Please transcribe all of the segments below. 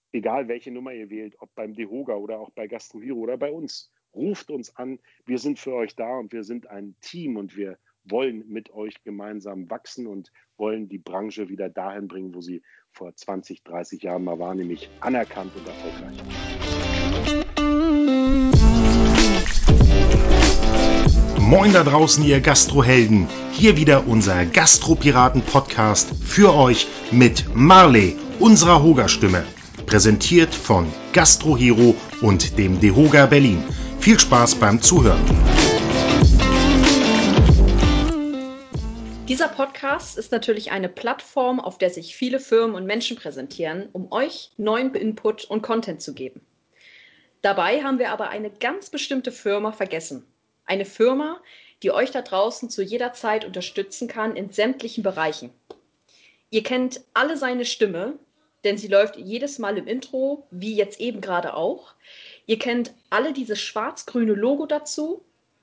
egal welche Nummer ihr wählt, ob beim DEHOGA oder auch bei GastroHero oder bei uns. Ruft uns an, wir sind für euch da und wir sind ein Team und wir wollen mit euch gemeinsam wachsen und wollen die Branche wieder dahin bringen, wo sie vor 20, 30 Jahren mal war, nämlich anerkannt und erfolgreich. Moin da draußen, ihr Gastrohelden. Hier wieder unser Gastropiraten-Podcast für euch mit Marley, unserer Hoga-Stimme. Präsentiert von GastroHero und dem DEHOGA Berlin. Viel Spaß beim Zuhören. Dieser Podcast ist natürlich eine Plattform, auf der sich viele Firmen und Menschen präsentieren, um euch neuen Input und Content zu geben. Dabei haben wir aber eine ganz bestimmte Firma vergessen. Eine Firma, die euch da draußen zu jeder Zeit unterstützen kann in sämtlichen Bereichen. Ihr kennt alle seine Stimme, denn sie läuft jedes Mal im Intro, wie jetzt eben gerade auch. Ihr kennt alle dieses schwarz-grüne Logo dazu,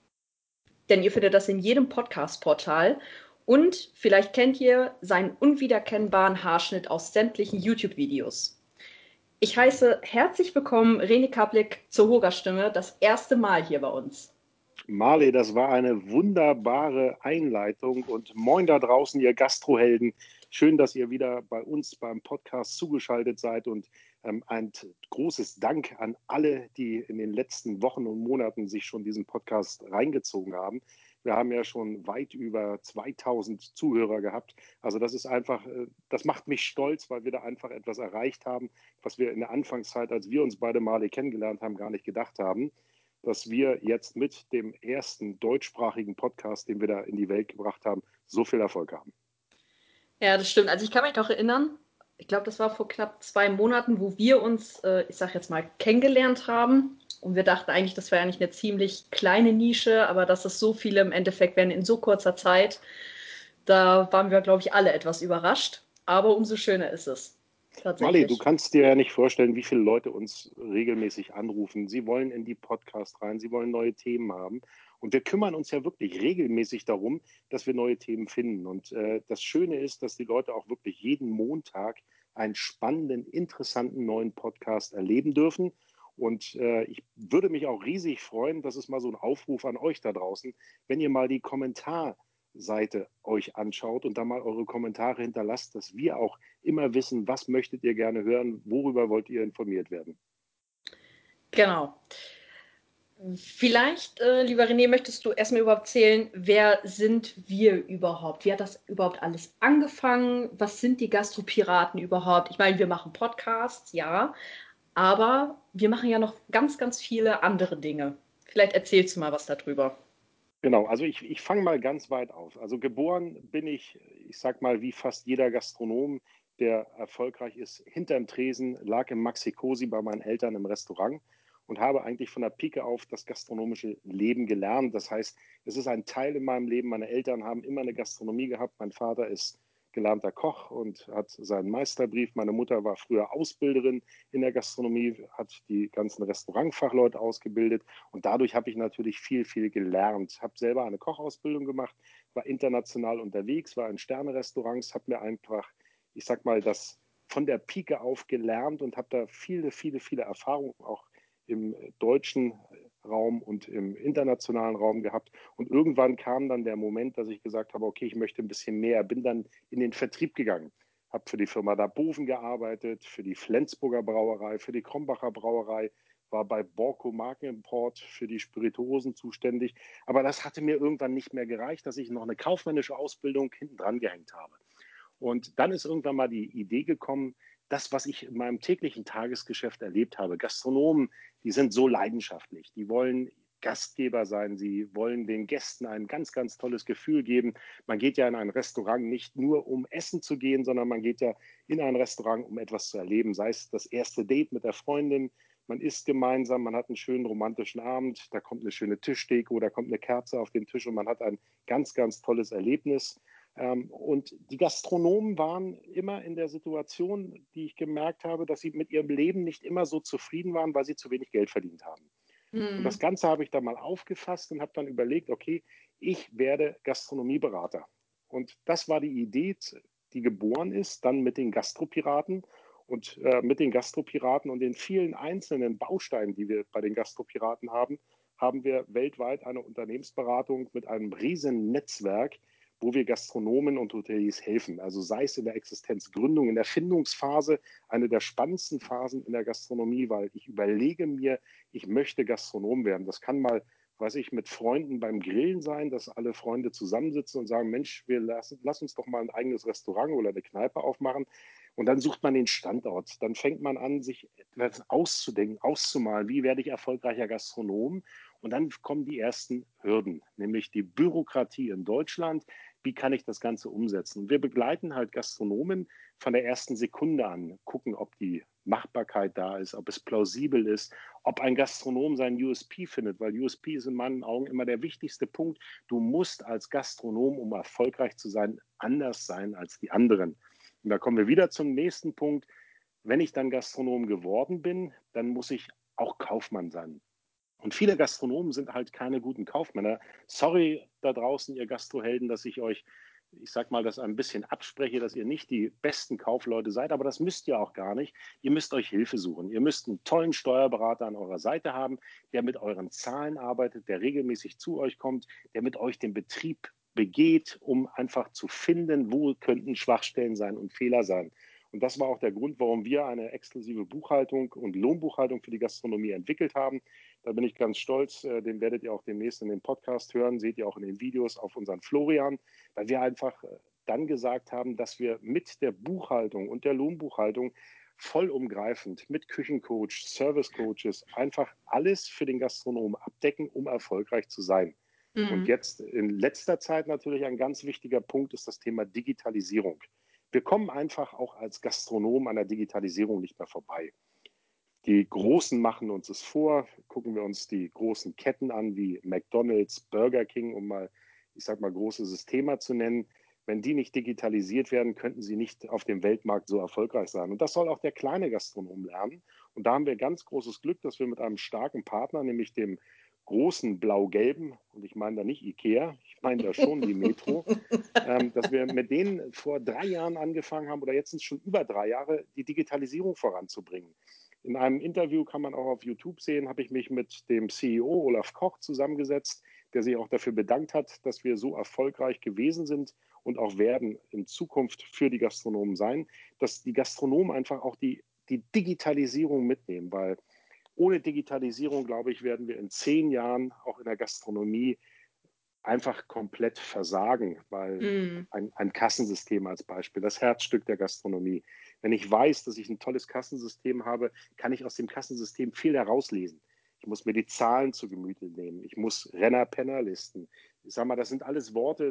denn ihr findet das in jedem Podcast-Portal. Und vielleicht kennt ihr seinen unwiedererkennbaren Haarschnitt aus sämtlichen YouTube-Videos. Ich heiße herzlich willkommen René Kaplik zur Hoga-Stimme, das erste Mal hier bei uns. Marley, das war eine wunderbare Einleitung und moin da draußen, ihr Gastrohelden. Schön, dass ihr wieder bei uns beim Podcast zugeschaltet seid und ein großes Dank an alle, die in den letzten Wochen und Monaten sich schon diesen Podcast reingezogen haben. Wir haben ja schon weit über 2000 Zuhörer gehabt. Also das ist einfach, das macht mich stolz, weil wir da einfach etwas erreicht haben, was wir in der Anfangszeit, als wir uns beide Marley kennengelernt haben, gar nicht gedacht haben, dass wir jetzt mit dem ersten deutschsprachigen Podcast, den wir da in die Welt gebracht haben, so viel Erfolg haben. Ja, das stimmt. Also ich kann mich noch erinnern, ich glaube, das war vor knapp 2 Monaten, wo wir uns, ich sag jetzt mal, kennengelernt haben. Und wir dachten eigentlich, das wäre eigentlich eine ziemlich kleine Nische, aber dass es so viele im Endeffekt werden in so kurzer Zeit, da waren wir, glaube ich, alle etwas überrascht. Aber umso schöner ist es. Marley, du Tatsächlich. kannst dir ja nicht vorstellen, wie viele Leute uns regelmäßig anrufen. Sie wollen in die Podcast rein, sie wollen neue Themen haben. Und wir kümmern uns ja wirklich regelmäßig darum, dass wir neue Themen finden. Und das Schöne ist, dass die Leute auch wirklich jeden Montag einen spannenden, interessanten neuen Podcast erleben dürfen. Und ich würde mich auch riesig freuen, das ist mal so ein Aufruf an euch da draußen, wenn ihr mal die Kommentarseite euch anschaut und da mal eure Kommentare hinterlasst, dass wir auch immer wissen, was möchtet ihr gerne hören, worüber wollt ihr informiert werden. Genau. Vielleicht, lieber René, möchtest du erstmal überhaupt erzählen, wer sind wir überhaupt? Wie hat das überhaupt alles angefangen? Was sind die Gastropiraten überhaupt? Ich meine, wir machen Podcasts, ja, aber wir machen ja noch ganz, ganz viele andere Dinge. Vielleicht erzählst du mal was darüber. Genau, also ich fange mal ganz weit auf. Also geboren bin ich sag mal, wie fast jeder Gastronom, der erfolgreich ist, hinterm Tresen, lag im Maxi Cosi bei meinen Eltern im Restaurant und habe eigentlich von der Pike auf das gastronomische Leben gelernt. Das heißt, es ist ein Teil in meinem Leben. Meine Eltern haben immer eine Gastronomie gehabt. Mein Vater ist gelernter Koch und hat seinen Meisterbrief. Meine Mutter war früher Ausbilderin in der Gastronomie, hat die ganzen Restaurantfachleute ausgebildet. Und dadurch habe ich natürlich viel, viel gelernt. Habe selber eine Kochausbildung gemacht, war international unterwegs, war in Sterne-Restaurants, habe mir einfach, ich sag mal, das von der Pike auf gelernt und habe da viele, viele, viele Erfahrungen auch im deutschen Raum und im internationalen Raum gehabt. Und irgendwann kam dann der Moment, dass ich gesagt habe, okay, ich möchte ein bisschen mehr. Bin dann in den Vertrieb gegangen. Habe für die Firma Daboven gearbeitet, für die Flensburger Brauerei, für die Krombacher Brauerei, war bei Borco Markenimport für die Spirituosen zuständig. Aber das hatte mir irgendwann nicht mehr gereicht, dass ich noch eine kaufmännische Ausbildung hinten dran gehängt habe. Und dann ist irgendwann mal die Idee gekommen, das, was ich in meinem täglichen Tagesgeschäft erlebt habe. Gastronomen, die sind so leidenschaftlich, die wollen Gastgeber sein, sie wollen den Gästen ein ganz, ganz tolles Gefühl geben. Man geht ja in ein Restaurant nicht nur, um essen zu gehen, sondern man geht ja in ein Restaurant, um etwas zu erleben, sei es das erste Date mit der Freundin, man isst gemeinsam, man hat einen schönen romantischen Abend, da kommt eine schöne Tischdeko, da kommt eine Kerze auf den Tisch und man hat ein ganz, ganz tolles Erlebnis. Und die Gastronomen waren immer in der Situation, die ich gemerkt habe, dass sie mit ihrem Leben nicht immer so zufrieden waren, weil sie zu wenig Geld verdient haben. Und das Hm. Ganze habe ich dann mal aufgefasst und habe dann überlegt, okay, ich werde Gastronomieberater. Und das war die Idee, die geboren ist, dann mit den Gastropiraten. Und mit den Gastropiraten und den vielen einzelnen Bausteinen, die wir bei den Gastropiraten haben, haben wir weltweit eine Unternehmensberatung mit einem riesen Netzwerk, wo wir Gastronomen und Hoteliers helfen. Also sei es in der Existenzgründung, in der Findungsphase, eine der spannendsten Phasen in der Gastronomie, weil ich überlege mir, ich möchte Gastronom werden. Das kann mal, weiß ich, mit Freunden beim Grillen sein, dass alle Freunde zusammensitzen und sagen, Mensch, lass uns doch mal ein eigenes Restaurant oder eine Kneipe aufmachen. Und dann sucht man den Standort. Dann fängt man an, sich etwas auszudenken, auszumalen. Wie werde ich erfolgreicher Gastronom? Und dann kommen die ersten Hürden, nämlich die Bürokratie in Deutschland. Wie kann ich das Ganze umsetzen? Und wir begleiten halt Gastronomen von der ersten Sekunde an, gucken, ob die Machbarkeit da ist, ob es plausibel ist, ob ein Gastronom seinen USP findet, weil USP ist in meinen Augen immer der wichtigste Punkt. Du musst als Gastronom, um erfolgreich zu sein, anders sein als die anderen. Und da kommen wir wieder zum nächsten Punkt. Wenn ich dann Gastronom geworden bin, dann muss ich auch Kaufmann sein. Und viele Gastronomen sind halt keine guten Kaufmänner. Sorry da draußen, ihr Gastrohelden, dass ich euch, ich sag mal, das ein bisschen abspreche, dass ihr nicht die besten Kaufleute seid, aber das müsst ihr auch gar nicht. Ihr müsst euch Hilfe suchen. Ihr müsst einen tollen Steuerberater an eurer Seite haben, der mit euren Zahlen arbeitet, der regelmäßig zu euch kommt, der mit euch den Betrieb begeht, um einfach zu finden, wo könnten Schwachstellen sein und Fehler sein. Und das war auch der Grund, warum wir eine exklusive Buchhaltung und Lohnbuchhaltung für die Gastronomie entwickelt haben. Da bin ich ganz stolz. Den werdet ihr auch demnächst in dem Podcast hören, seht ihr auch in den Videos auf unseren Florian, weil wir einfach dann gesagt haben, dass wir mit der Buchhaltung und der Lohnbuchhaltung vollumgreifend mit Küchencoach, Servicecoaches einfach alles für den Gastronomen abdecken, um erfolgreich zu sein. Und jetzt in letzter Zeit natürlich ein ganz wichtiger Punkt ist das Thema Digitalisierung. Wir kommen einfach auch als Gastronomen an der Digitalisierung nicht mehr vorbei. Die Großen machen uns es vor. Gucken wir uns die großen Ketten an, wie McDonald's, Burger King, um mal, ich sag mal, große Systeme zu nennen. Wenn die nicht digitalisiert werden, könnten sie nicht auf dem Weltmarkt so erfolgreich sein. Und das soll auch der kleine Gastronom lernen. Und da haben wir ganz großes Glück, dass wir mit einem starken Partner, nämlich dem großen Blau-Gelben, und ich meine da nicht Ikea, ich meine da schon die Metro, dass wir mit denen vor 3 Jahren angefangen haben, oder jetzt sind es schon über 3 Jahre, die Digitalisierung voranzubringen. In einem Interview, kann man auch auf YouTube sehen, habe ich mich mit dem CEO Olaf Koch zusammengesetzt, der sich auch dafür bedankt hat, dass wir so erfolgreich gewesen sind und auch werden in Zukunft für die Gastronomen sein, dass die Gastronomen einfach auch die Digitalisierung mitnehmen, weil ohne Digitalisierung, glaube ich, werden wir in 10 Jahren auch in der Gastronomie einfach komplett versagen, weil ein Kassensystem als Beispiel, das Herzstück der Gastronomie. Wenn ich weiß, dass ich ein tolles Kassensystem habe, kann ich aus dem Kassensystem viel herauslesen. Ich muss mir die Zahlen zu Gemüte nehmen. Ich muss Renner-Penner-Listen. Ich sage mal, das sind alles Worte,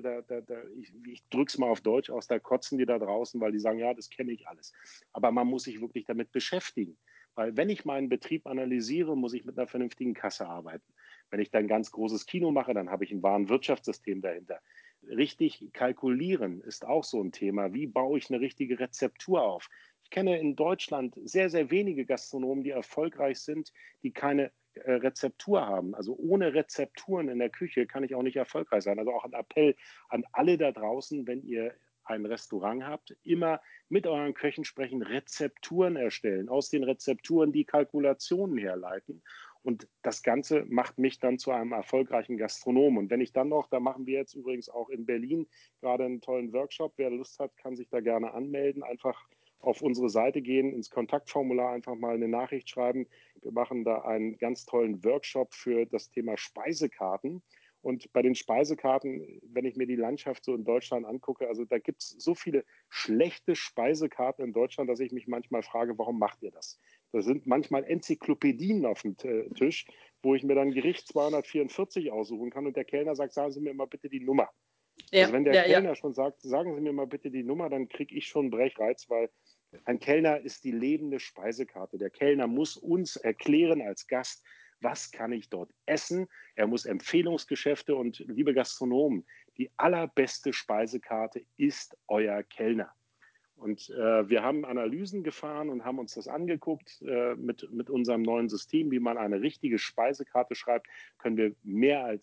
ich drücke es mal auf Deutsch aus, da kotzen die da draußen, weil die sagen, ja, das kenne ich alles. Aber man muss sich wirklich damit beschäftigen. Weil wenn ich meinen Betrieb analysiere, muss ich mit einer vernünftigen Kasse arbeiten. Wenn ich dann ein ganz großes Kino mache, dann habe ich ein Warenwirtschaftssystem dahinter. Richtig kalkulieren ist auch so ein Thema. Wie baue ich eine richtige Rezeptur auf? Ich kenne in Deutschland sehr, sehr wenige Gastronomen, die erfolgreich sind, die keine Rezeptur haben. Also ohne Rezepturen in der Küche kann ich auch nicht erfolgreich sein. Also auch ein Appell an alle da draußen, wenn ihr ein Restaurant habt, immer mit euren Köchen sprechen, Rezepturen erstellen, aus den Rezepturen die Kalkulationen herleiten. Und das Ganze macht mich dann zu einem erfolgreichen Gastronomen. Und wenn ich dann noch, da machen wir jetzt übrigens auch in Berlin gerade einen tollen Workshop. Wer Lust hat, kann sich da gerne anmelden. Einfach auf unsere Seite gehen, ins Kontaktformular einfach mal eine Nachricht schreiben. Wir machen da einen ganz tollen Workshop für das Thema Speisekarten. Und bei den Speisekarten, wenn ich mir die Landschaft so in Deutschland angucke, also da gibt es so viele schlechte Speisekarten in Deutschland, dass ich mich manchmal frage, warum macht ihr das? Da sind manchmal Enzyklopädien auf dem Tisch, wo ich mir dann Gericht 244 aussuchen kann und der Kellner sagt, sagen Sie mir mal bitte die Nummer. Also wenn der Kellner schon sagt, sagen Sie mir mal bitte die Nummer, dann kriege ich schon einen Brechreiz, weil ein Kellner ist die lebende Speisekarte. Der Kellner muss uns erklären als Gast, was kann ich dort essen. Er muss Empfehlungsgeschäfte und liebe Gastronomen, die allerbeste Speisekarte ist euer Kellner. Und wir haben Analysen gefahren und haben uns das angeguckt. Mit unserem neuen System, wie man eine richtige Speisekarte schreibt, können wir mehr als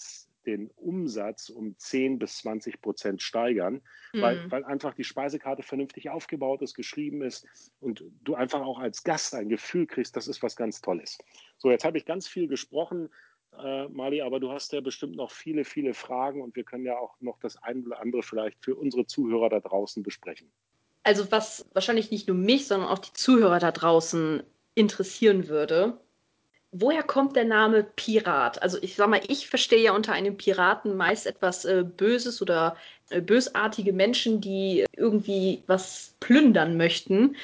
den Umsatz um 10-20% steigern, weil einfach die Speisekarte vernünftig aufgebaut ist, geschrieben ist und du einfach auch als Gast ein Gefühl kriegst, das ist was ganz Tolles. So, jetzt habe ich ganz viel gesprochen, Marli, aber du hast ja bestimmt noch viele, viele Fragen und wir können ja auch noch das ein oder andere vielleicht für unsere Zuhörer da draußen besprechen. Also was wahrscheinlich nicht nur mich, sondern auch die Zuhörer da draußen interessieren würde: Woher kommt der Name Pirat? Also ich sag mal, ich verstehe ja unter einem Piraten meist etwas Böses oder bösartige Menschen, die irgendwie was plündern möchten.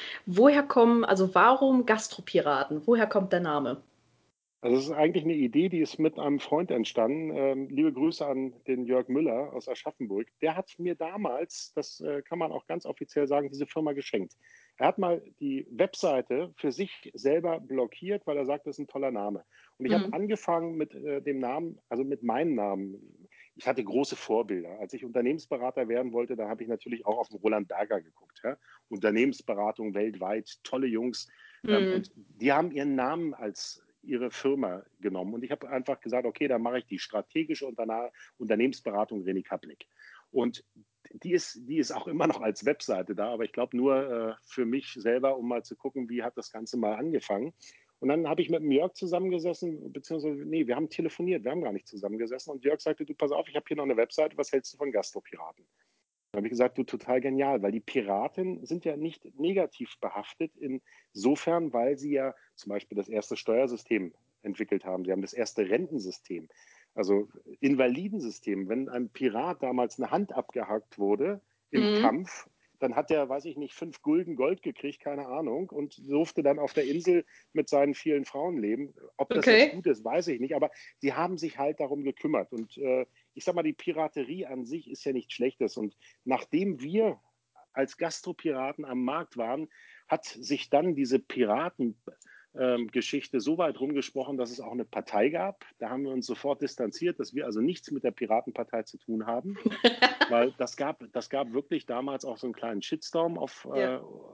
Also warum Gastropiraten? Woher kommt der Name? Also es ist eigentlich eine Idee, die ist mit einem Freund entstanden. Liebe Grüße an den Jörg Müller aus Aschaffenburg. Der hat mir damals, das kann man auch ganz offiziell sagen, diese Firma geschenkt. Er hat mal die Webseite für sich selber blockiert, weil er sagt, das ist ein toller Name. Und ich habe Mhm. angefangen mit dem Namen, also mit meinem Namen. Ich hatte große Vorbilder. Als ich Unternehmensberater werden wollte, da habe ich natürlich auch auf den Roland Berger geguckt. Ja? Unternehmensberatung weltweit, tolle Jungs. Mhm. Und die haben ihren Namen als ihre Firma genommen. Und ich habe einfach gesagt, okay, dann mache ich die strategische Unternehmensberatung René Kaplik. Und die ist auch immer noch als Webseite da, aber ich glaube nur für mich selber, um mal zu gucken, wie hat das Ganze mal angefangen. Und dann habe ich mit dem Jörg zusammengesessen, beziehungsweise, nee, wir haben telefoniert, wir haben gar nicht zusammengesessen. Und Jörg sagte, du, pass auf, ich habe hier noch eine Webseite, was hältst du von Gastropiraten? Dann habe ich gesagt, du, total genial, weil die Piraten sind ja nicht negativ behaftet insofern, weil sie ja zum Beispiel das erste Steuersystem entwickelt haben. Sie haben das erste Rentensystem, also Invalidensystem. Wenn einem Pirat damals eine Hand abgehackt wurde im Mhm. Kampf, dann hat der, weiß ich nicht, 5 Gulden Gold gekriegt, keine Ahnung, und durfte dann auf der Insel mit seinen vielen Frauen leben. Ob das jetzt Okay. gut ist, weiß ich nicht, aber sie haben sich halt darum gekümmert. Und ich sag mal, die Piraterie an sich ist ja nichts Schlechtes. Und nachdem wir als Gastropiraten am Markt waren, hat sich dann diese Piratengeschichte so weit rumgesprochen, dass es auch eine Partei gab. Da haben wir uns sofort distanziert, dass wir also nichts mit der Piratenpartei zu tun haben, weil das gab wirklich damals auch so einen kleinen Shitstorm auf Ja.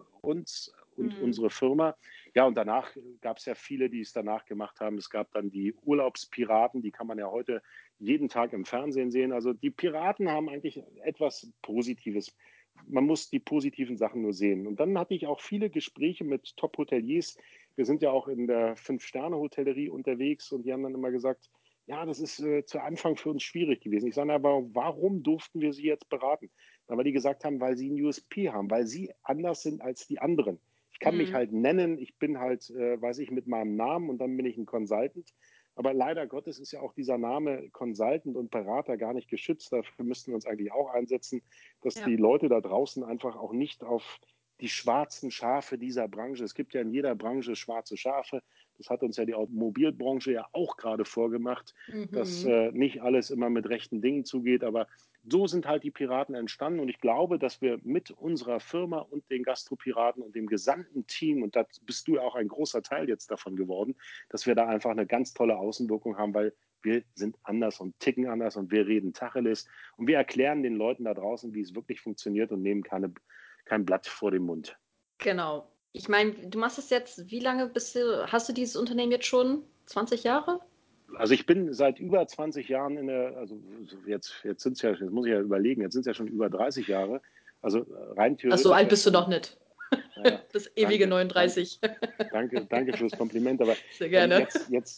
uns und Mhm. unsere Firma. Ja, und danach gab es ja viele, die es danach gemacht haben. Es gab dann die Urlaubspiraten, die kann man ja heute jeden Tag im Fernsehen sehen. Also die Piraten haben eigentlich etwas Positives. Man muss die positiven Sachen nur sehen. Und dann hatte ich auch viele Gespräche mit Top-Hoteliers. Wir sind ja auch in der Fünf-Sterne-Hotellerie unterwegs und die haben dann immer gesagt, ja, das ist zu Anfang für uns schwierig gewesen. Ich sage aber, warum durften wir Sie jetzt beraten? Weil die gesagt haben, weil sie einen USP haben, weil sie anders sind als die anderen. Ich kann mich Mhm. halt nennen, ich bin halt, weiß ich, mit meinem Namen und dann bin ich ein Consultant. Aber leider Gottes ist ja auch dieser Name Consultant und Berater gar nicht geschützt. Dafür müssten wir uns eigentlich auch einsetzen, dass Ja. die Leute da draußen einfach auch nicht auf die schwarzen Schafe dieser Branche. Es gibt ja in jeder Branche schwarze Schafe. Das hat uns ja die Automobilbranche ja auch gerade vorgemacht, dass Mhm. nicht alles immer mit rechten Dingen zugeht. Aber so sind halt die Piraten entstanden. Und ich glaube, dass wir mit unserer Firma und den Gastropiraten und dem gesamten Team, und da bist du ja auch ein großer Teil jetzt davon geworden, dass wir da einfach eine ganz tolle Außenwirkung haben, weil wir sind anders und ticken anders und wir reden Tacheles und wir erklären den Leuten da draußen, wie es wirklich funktioniert und nehmen kein Blatt vor den Mund. Genau. Ich meine, du machst es jetzt, wie lange hast du dieses Unternehmen jetzt schon? 20 Jahre? Also ich bin seit über 20 Jahren also jetzt sind es ja, jetzt muss ich ja überlegen, jetzt sind es ja schon über 30 Jahre. Also rein Ach, so theoretisch alt ja bist du noch schon, nicht. naja, Das ewige danke, danke, 39. danke fürs Kompliment. Aber Sehr gerne.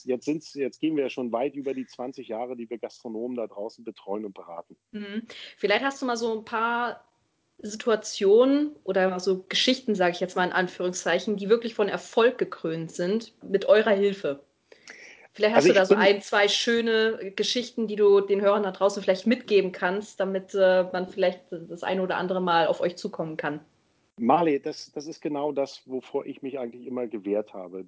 jetzt gehen wir ja schon weit über die 20 Jahre, die wir Gastronomen da draußen betreuen und beraten. Mhm. Vielleicht hast du mal so ein paar Situationen oder mal so Geschichten, sage ich jetzt mal in Anführungszeichen, die wirklich von Erfolg gekrönt sind, mit eurer Hilfe. Vielleicht Also hast du da ich so bin, ein, zwei schöne Geschichten, die du den Hörern da draußen vielleicht mitgeben kannst, damit man vielleicht das eine oder andere Mal auf euch zukommen kann. Marley, das ist genau das, wovor ich mich eigentlich immer gewehrt habe.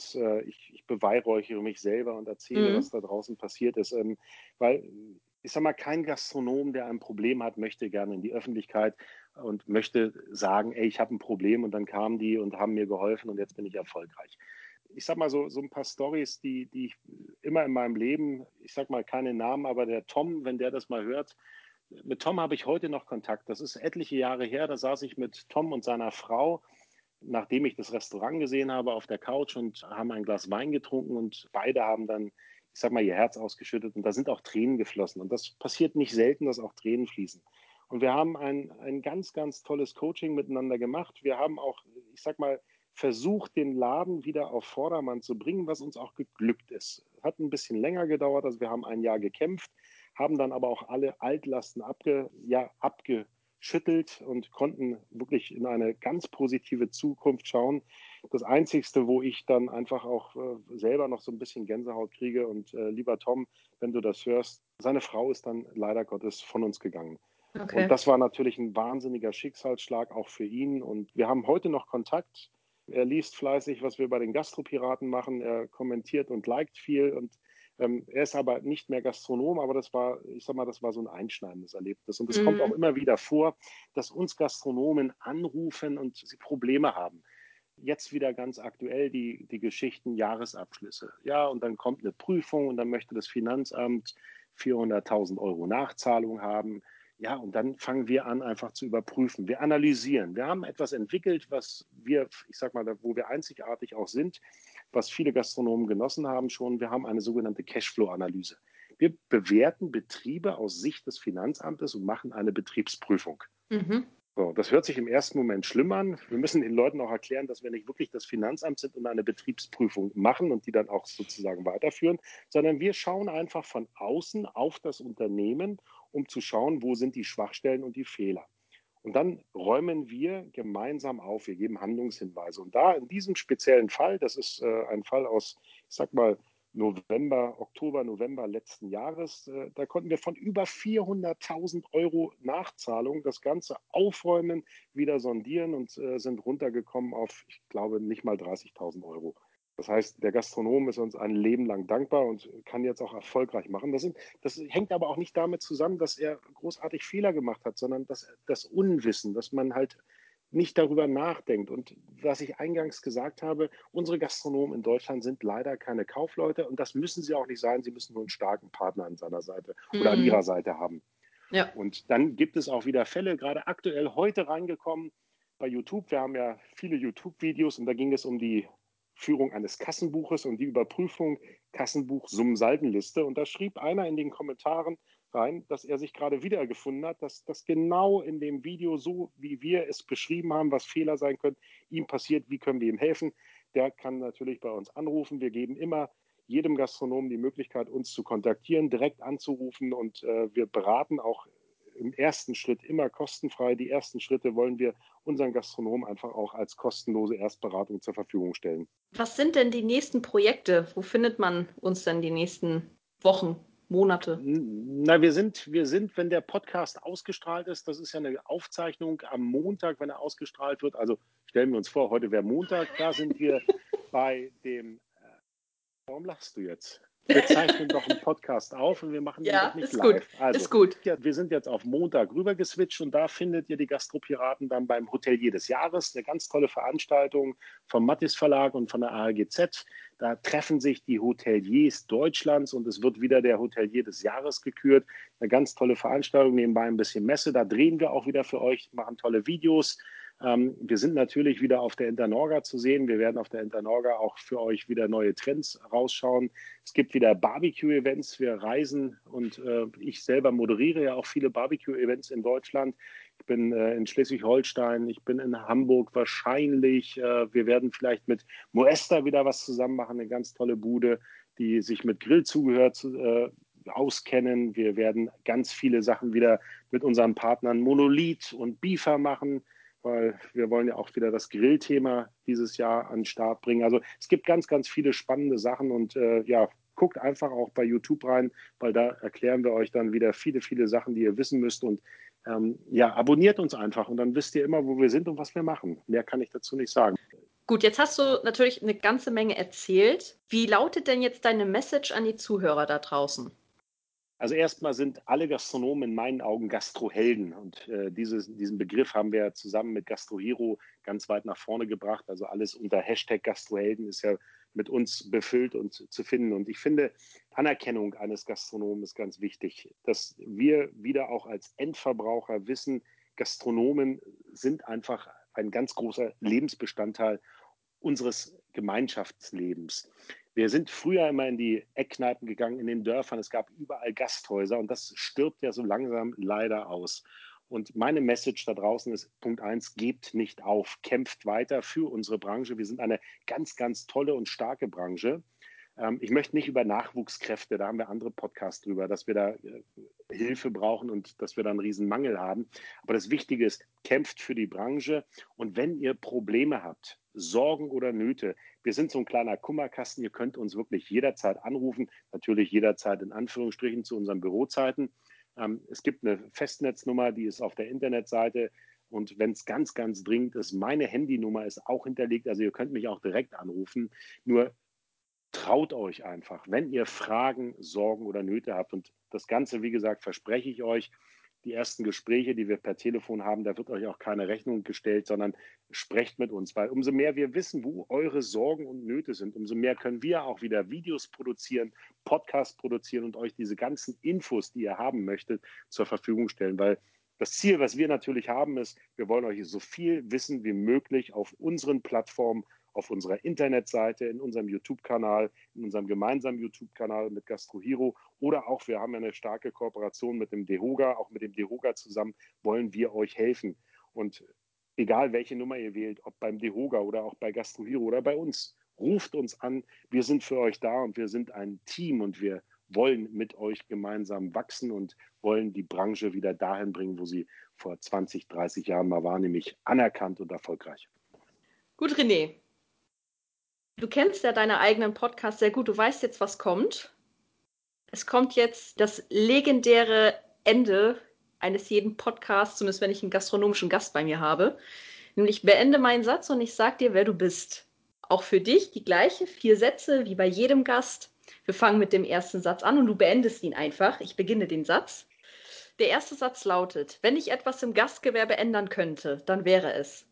Ich beweihräuchere mich selber und erzähle, was Mhm. da draußen passiert ist. Weil, ich sag mal, kein Gastronom, der ein Problem hat, möchte gerne in die Öffentlichkeit und möchte sagen, ey, ich habe ein Problem und dann kamen die und haben mir geholfen und jetzt bin ich erfolgreich. Ich sag mal so ein paar Stories, die ich immer in meinem Leben, ich sag mal keine Namen, aber der Tom, wenn der das mal hört, mit Tom habe ich heute noch Kontakt. Das ist etliche Jahre her. Da saß ich mit Tom und seiner Frau, nachdem ich das Restaurant gesehen habe, auf der Couch und haben ein Glas Wein getrunken und beide haben dann ich sag mal, ihr Herz ausgeschüttet und da sind auch Tränen geflossen. Und das passiert nicht selten, dass auch Tränen fließen. Und wir haben ein ganz, ganz tolles Coaching miteinander gemacht. Wir haben auch, ich sag mal, versucht, den Laden wieder auf Vordermann zu bringen, was uns auch geglückt ist. Hat ein bisschen länger gedauert, also wir haben ein Jahr gekämpft, haben dann aber auch alle Altlasten abgeschüttelt und konnten wirklich in eine ganz positive Zukunft schauen. Das Einzigste, wo ich dann einfach auch selber noch so ein bisschen Gänsehaut kriege und lieber Tom, wenn du das hörst, seine Frau ist dann leider Gottes von uns gegangen. Okay. Und das war natürlich ein wahnsinniger Schicksalsschlag auch für ihn. Und wir haben heute noch Kontakt. Er liest fleißig, was wir bei den Gastropiraten machen. Er kommentiert und liked viel. Und er ist aber nicht mehr Gastronom, aber das war, ich sag mal, das war so ein einschneidendes Erlebnis. Und es kommt auch immer wieder vor, dass uns Gastronomen anrufen und sie Probleme haben. Jetzt wieder ganz aktuell die Geschichten Jahresabschlüsse. Ja, und dann kommt eine Prüfung und dann möchte das Finanzamt 400.000 Euro Nachzahlung haben. Ja, und dann fangen wir an, einfach zu überprüfen. Wir analysieren. Wir haben etwas entwickelt, was wir, ich sag mal, wo wir einzigartig auch sind, was viele Gastronomen genossen haben schon. Wir haben eine sogenannte Cashflow-Analyse. Wir bewerten Betriebe aus Sicht des Finanzamtes und machen eine Betriebsprüfung. Mhm. So, das hört sich im ersten Moment schlimm an. Wir müssen den Leuten auch erklären, dass wir nicht wirklich das Finanzamt sind und eine Betriebsprüfung machen und die dann auch sozusagen weiterführen, sondern wir schauen einfach von außen auf das Unternehmen, um zu schauen, wo sind die Schwachstellen und die Fehler. Und dann räumen wir gemeinsam auf, wir geben Handlungshinweise. Und da in diesem speziellen Fall, das ist ein Fall aus, ich sag mal, Oktober, November letzten Jahres, da konnten wir von über 400.000 Euro Nachzahlung das Ganze aufräumen, wieder sondieren und sind runtergekommen auf, ich glaube, nicht mal 30.000 Euro. Das heißt, der Gastronom ist uns ein Leben lang dankbar und kann jetzt auch erfolgreich machen. Das hängt aber auch nicht damit zusammen, dass er großartig Fehler gemacht hat, sondern das Unwissen, dass man halt nicht darüber nachdenkt. Und was ich eingangs gesagt habe, unsere Gastronomen in Deutschland sind leider keine Kaufleute und das müssen sie auch nicht sein. Sie müssen nur einen starken Partner an seiner Seite oder an ihrer Seite haben. Ja. Und dann gibt es auch wieder Fälle, gerade aktuell heute reingekommen bei YouTube. Wir haben ja viele YouTube-Videos und da ging es um die Führung eines Kassenbuches und die Überprüfung Kassenbuch-Summen-Saldenliste. Und da schrieb einer in den Kommentaren rein, dass er sich gerade wiedergefunden hat, dass das genau in dem Video, so wie wir es beschrieben haben, was Fehler sein können, ihm passiert, wie können wir ihm helfen. Der kann natürlich bei uns anrufen. Wir geben immer jedem Gastronomen die Möglichkeit, uns zu kontaktieren, direkt anzurufen und wir beraten auch im ersten Schritt immer kostenfrei. Die ersten Schritte wollen wir unseren Gastronomen einfach auch als kostenlose Erstberatung zur Verfügung stellen. Was sind denn die nächsten Projekte? Wo findet man uns denn die nächsten Wochen, Monate? Na, wir sind, wenn der Podcast ausgestrahlt ist, das ist ja eine Aufzeichnung am Montag, wenn er ausgestrahlt wird. Also stellen wir uns vor, heute wäre Montag, da sind wir bei dem, warum lachst du jetzt? Wir zeichnen doch einen Podcast auf und wir machen den doch Ja, nicht ist gut. live. Also, Ist gut. ja, wir sind jetzt auf Montag rüber geswitcht und da findet ihr die Gastropiraten dann beim Hotelier des Jahres. Eine ganz tolle Veranstaltung vom Mattis Verlag und von der ARGZ. Da treffen sich die Hoteliers Deutschlands und es wird wieder der Hotelier des Jahres gekürt. Eine ganz tolle Veranstaltung, nebenbei ein bisschen Messe. Da drehen wir auch wieder für euch, machen tolle Videos. Wir sind natürlich wieder auf der Internorga zu sehen. Wir werden auf der Internorga auch für euch wieder neue Trends rausschauen. Es gibt wieder Barbecue-Events. Wir reisen und ich selber moderiere ja auch viele Barbecue-Events in Deutschland. Ich bin in Schleswig-Holstein, ich bin in Hamburg wahrscheinlich. Wir werden vielleicht mit Moesta wieder was zusammen machen, eine ganz tolle Bude, die sich mit Grillzubehör auskennen. Wir werden ganz viele Sachen wieder mit unseren Partnern Monolith und Bifa machen, weil wir wollen ja auch wieder das Grillthema dieses Jahr an den Start bringen. Also es gibt ganz, ganz viele spannende Sachen und ja, guckt einfach auch bei YouTube rein, weil da erklären wir euch dann wieder viele, viele Sachen, die ihr wissen müsst und ja, abonniert uns einfach und dann wisst ihr immer, wo wir sind und was wir machen. Mehr kann ich dazu nicht sagen. Gut, jetzt hast du natürlich eine ganze Menge erzählt. Wie lautet denn jetzt deine Message an die Zuhörer da draußen? Also erstmal sind alle Gastronomen in meinen Augen Gastrohelden und diesen Begriff haben wir zusammen mit GastroHero ganz weit nach vorne gebracht. Also alles unter Hashtag Gastrohelden ist ja mit uns befüllt und zu finden. Und ich finde, Anerkennung eines Gastronomen ist ganz wichtig, dass wir wieder auch als Endverbraucher wissen, Gastronomen sind einfach ein ganz großer Lebensbestandteil unseres Gemeinschaftslebens. Wir sind früher immer in die Eckkneipen gegangen, in den Dörfern. Es gab überall Gasthäuser und das stirbt ja so langsam leider aus. Und meine Message da draußen ist Punkt 1, gebt nicht auf, kämpft weiter für unsere Branche. Wir sind eine ganz, ganz tolle und starke Branche. Ich möchte nicht über Nachwuchskräfte, da haben wir andere Podcasts drüber, dass wir da Hilfe brauchen und dass wir da einen riesen Mangel haben. Aber das Wichtige ist, kämpft für die Branche und wenn ihr Probleme habt, Sorgen oder Nöte, wir sind so ein kleiner Kummerkasten, ihr könnt uns wirklich jederzeit anrufen, natürlich jederzeit in Anführungsstrichen zu unseren Bürozeiten. Es gibt eine Festnetznummer, die ist auf der Internetseite und wenn es ganz, ganz dringend ist, meine Handynummer ist auch hinterlegt, also ihr könnt mich auch direkt anrufen, nur traut euch einfach, wenn ihr Fragen, Sorgen oder Nöte habt. Und das Ganze, wie gesagt, verspreche ich euch, die ersten Gespräche, die wir per Telefon haben, da wird euch auch keine Rechnung gestellt, sondern sprecht mit uns. Weil umso mehr wir wissen, wo eure Sorgen und Nöte sind, umso mehr können wir auch wieder Videos produzieren, Podcasts produzieren und euch diese ganzen Infos, die ihr haben möchtet, zur Verfügung stellen. Weil das Ziel, was wir natürlich haben, ist, wir wollen euch so viel Wissen wie möglich auf unseren Plattformen, auf unserer Internetseite, in unserem YouTube-Kanal, in unserem gemeinsamen YouTube-Kanal mit GastroHero oder auch, wir haben ja eine starke Kooperation mit dem DEHOGA, auch mit dem DEHOGA zusammen wollen wir euch helfen. Und egal welche Nummer ihr wählt, ob beim DEHOGA oder auch bei GastroHero oder bei uns, ruft uns an, wir sind für euch da und wir sind ein Team und wir wollen mit euch gemeinsam wachsen und wollen die Branche wieder dahin bringen, wo sie vor 20, 30 Jahren mal war, nämlich anerkannt und erfolgreich. Gut, René. Du kennst ja deine eigenen Podcasts sehr gut. Du weißt jetzt, was kommt. Es kommt jetzt das legendäre Ende eines jeden Podcasts, zumindest wenn ich einen gastronomischen Gast bei mir habe. Nämlich beende meinen Satz und ich sag dir, wer du bist. Auch für dich die gleiche 4 Sätze wie bei jedem Gast. Wir fangen mit dem ersten Satz an und du beendest ihn einfach. Ich beginne den Satz. Der erste Satz lautet: Wenn ich etwas im Gastgewerbe ändern könnte, dann wäre es.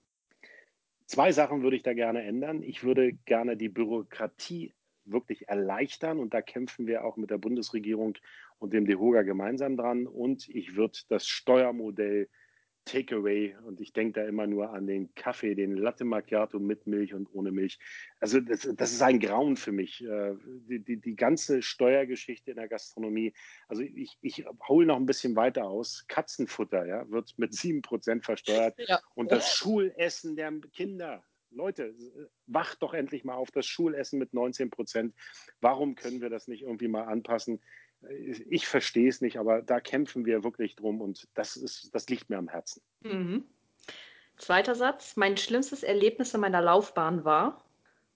2 Sachen würde ich da gerne ändern. Ich würde gerne die Bürokratie wirklich erleichtern und da kämpfen wir auch mit der Bundesregierung und dem DEHOGA gemeinsam dran. Und ich würde das Steuermodell Takeaway und ich denke da immer nur an den Kaffee, den Latte Macchiato mit Milch und ohne Milch. Also das ist ein Grauen für mich. Die ganze Steuergeschichte in der Gastronomie. Also ich hole noch ein bisschen weiter aus. Katzenfutter, ja, wird mit 7% versteuert Ja. und das Schulessen der Kinder. Leute, wacht doch endlich mal auf das Schulessen mit 19%. Warum können wir das nicht irgendwie mal anpassen? Ich verstehe es nicht, aber da kämpfen wir wirklich drum und das liegt mir am Herzen. Mhm. Zweiter Satz. Mein schlimmstes Erlebnis in meiner Laufbahn war.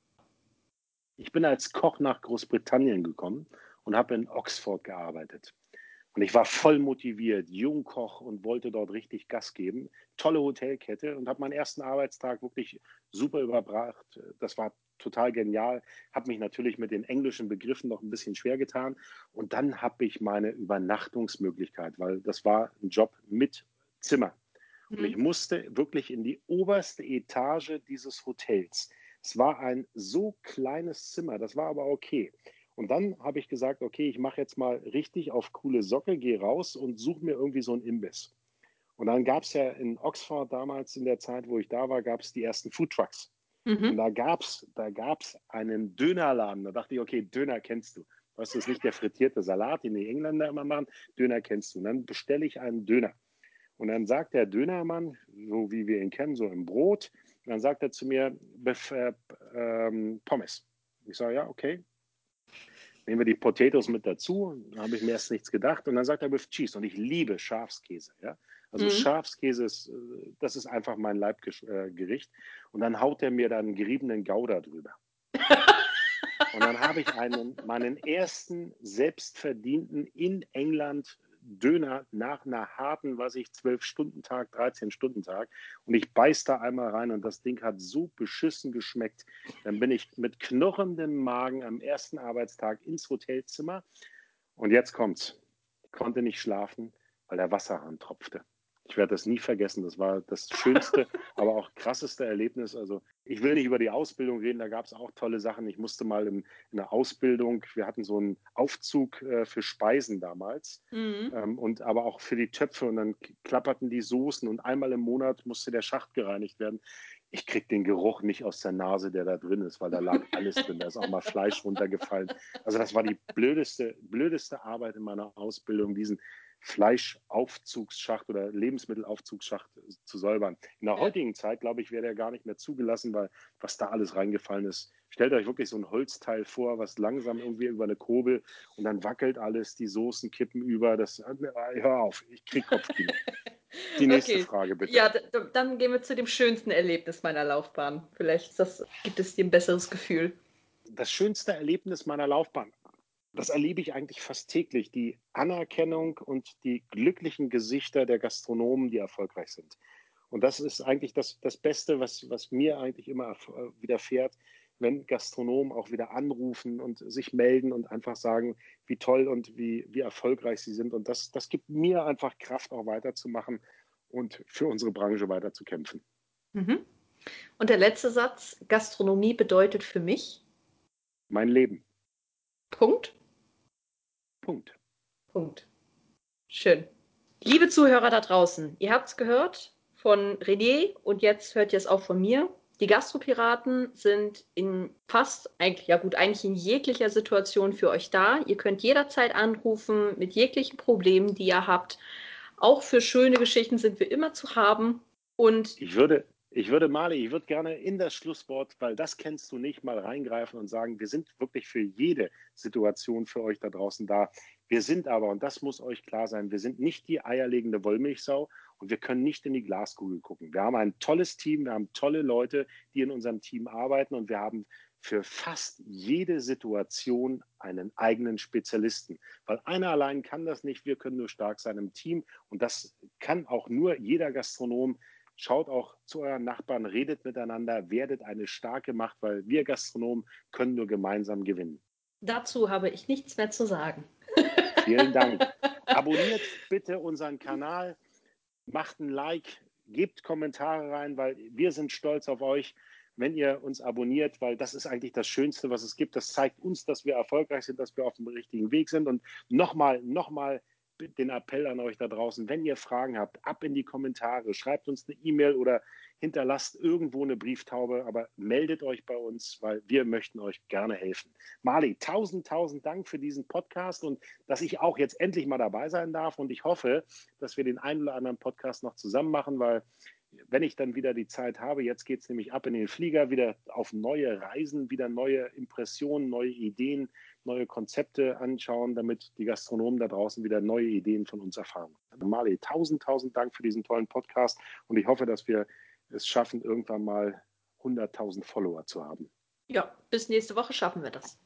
Ich bin als Koch nach Großbritannien gekommen und habe in Oxford gearbeitet. Und ich war voll motiviert, Jungkoch und wollte dort richtig Gas geben. Tolle Hotelkette und habe meinen ersten Arbeitstag wirklich super überbracht. Das war total genial. Habe mich natürlich mit den englischen Begriffen noch ein bisschen schwer getan. Und dann habe ich meine Übernachtungsmöglichkeit, weil das war ein Job mit Zimmer. Und ich Mhm. musste wirklich in die oberste Etage dieses Hotels. Es war ein so kleines Zimmer, das war aber okay. Und dann habe ich gesagt, okay, ich mache jetzt mal richtig auf coole Socke, gehe raus und suche mir irgendwie so einen Imbiss. Und dann gab es ja in Oxford damals in der Zeit, wo ich da war, gab es die ersten Foodtrucks. Und Mhm. da gab's einen Dönerladen. Da dachte ich, okay, Döner kennst du. Weißt du, das ist nicht der frittierte Salat, den die Engländer immer machen. Döner kennst du. Und dann bestelle ich einen Döner. Und dann sagt der Dönermann, so wie wir ihn kennen, so im Brot, und dann sagt er zu mir, Pommes. Ich sage, ja, okay. Nehmen wir die Potatoes mit dazu. Da habe ich mir erst nichts gedacht. Und dann sagt er with cheese. Und ich liebe Schafskäse. Ja? Also Mhm. Schafskäse, das ist einfach mein Leibgericht. Und dann haut er mir dann geriebenen Gouda drüber. Und dann habe ich meinen ersten selbstverdienten in England Döner nach einer harten, 12-Stunden-Tag, 13-Stunden-Tag. Und ich beiß da einmal rein und das Ding hat so beschissen geschmeckt. Dann bin ich mit knurrendem Magen am ersten Arbeitstag ins Hotelzimmer. Und jetzt kommt's. Ich konnte nicht schlafen, weil der Wasserhahn tropfte. Ich werde das nie vergessen. Das war das schönste, aber auch krasseste Erlebnis. Also ich will nicht über die Ausbildung reden, da gab es auch tolle Sachen. Ich musste mal in der Ausbildung, wir hatten so einen Aufzug für Speisen damals Mhm. und aber auch für die Töpfe und dann klapperten die Soßen und einmal im Monat musste der Schacht gereinigt werden. ich kriege den Geruch nicht aus der Nase, der da drin ist, weil da lag alles drin. Da ist auch mal Fleisch runtergefallen. Also das war die blödeste Arbeit in meiner Ausbildung, diesen Fleischaufzugsschacht oder Lebensmittelaufzugsschacht zu säubern. In der heutigen Zeit, glaube ich, wäre der gar nicht mehr zugelassen, weil was da alles reingefallen ist. Stellt euch wirklich so ein Holzteil vor, was langsam irgendwie über eine Kurbel und dann wackelt alles, die Soßen kippen über. Hör auf, ich krieg Kopfkino. Die nächste Frage, bitte. Ja, dann gehen wir zu dem schönsten Erlebnis meiner Laufbahn. Vielleicht gibt es dir ein besseres Gefühl. Das schönste Erlebnis meiner Laufbahn, das erlebe ich eigentlich fast täglich, die Anerkennung und die glücklichen Gesichter der Gastronomen, die erfolgreich sind. Und das ist eigentlich das Beste, was mir eigentlich immer widerfährt, wenn Gastronomen auch wieder anrufen und sich melden und einfach sagen, wie toll und wie erfolgreich sie sind. Und das gibt mir einfach Kraft, auch weiterzumachen und für unsere Branche weiterzukämpfen. Mhm. Und der letzte Satz, Gastronomie bedeutet für mich? Mein Leben. Punkt. Punkt. Schön. Liebe Zuhörer da draußen, ihr habt es gehört von René und jetzt hört ihr es auch von mir. Die Gastropiraten sind eigentlich in jeglicher Situation für euch da. Ihr könnt jederzeit anrufen mit jeglichen Problemen, die ihr habt. Auch für schöne Geschichten sind wir immer zu haben. Und ich würde gerne in das Schlusswort, weil das kennst du nicht, mal reingreifen und sagen, wir sind wirklich für jede Situation für euch da draußen da. Wir sind aber, und das muss euch klar sein, wir sind nicht die eierlegende Wollmilchsau und wir können nicht in die Glaskugel gucken. Wir haben ein tolles Team, wir haben tolle Leute, die in unserem Team arbeiten und wir haben für fast jede Situation einen eigenen Spezialisten. Weil einer allein kann das nicht, wir können nur stark sein im Team und das kann auch nur jeder Gastronom. Schaut auch zu euren Nachbarn, redet miteinander, werdet eine starke Macht, weil wir Gastronomen können nur gemeinsam gewinnen. dazu habe ich nichts mehr zu sagen. Vielen Dank. Abonniert bitte unseren Kanal, macht ein Like, gebt Kommentare rein, weil wir sind stolz auf euch, wenn ihr uns abonniert, weil das ist eigentlich das Schönste, was es gibt. Das zeigt uns, dass wir erfolgreich sind, dass wir auf dem richtigen Weg sind. Und nochmal den Appell an euch da draußen, wenn ihr Fragen habt, ab in die Kommentare, schreibt uns eine E-Mail oder hinterlasst irgendwo eine Brieftaube, aber meldet euch bei uns, weil wir möchten euch gerne helfen. Marli, tausend Dank für diesen Podcast und dass ich auch jetzt endlich mal dabei sein darf und ich hoffe, dass wir den einen oder anderen Podcast noch zusammen machen, weil wenn ich dann wieder die Zeit habe, jetzt geht es nämlich ab in den Flieger, wieder auf neue Reisen, wieder neue Impressionen, neue Ideen, neue Konzepte anschauen, damit die Gastronomen da draußen wieder neue Ideen von uns erfahren. Marli, tausend Dank für diesen tollen Podcast und ich hoffe, dass wir es schaffen, irgendwann mal 100.000 Follower zu haben. Ja, bis nächste Woche schaffen wir das.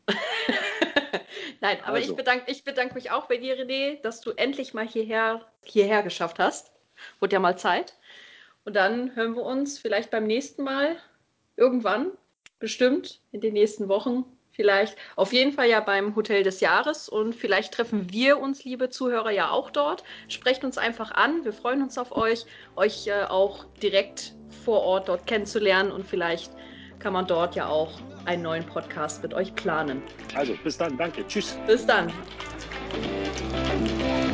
Nein, aber Also. ich bedanke mich auch bei dir, René, dass du endlich mal hierher geschafft hast. Wurde ja mal Zeit. Und dann hören wir uns vielleicht beim nächsten Mal irgendwann, bestimmt in den nächsten Wochen, vielleicht auf jeden Fall ja beim Hotel des Jahres und vielleicht treffen wir uns, liebe Zuhörer, ja auch dort. Sprecht uns einfach an, wir freuen uns auf euch auch direkt vor Ort dort kennenzulernen und vielleicht kann man dort ja auch einen neuen Podcast mit euch planen. Also, bis dann, danke, tschüss. Bis dann.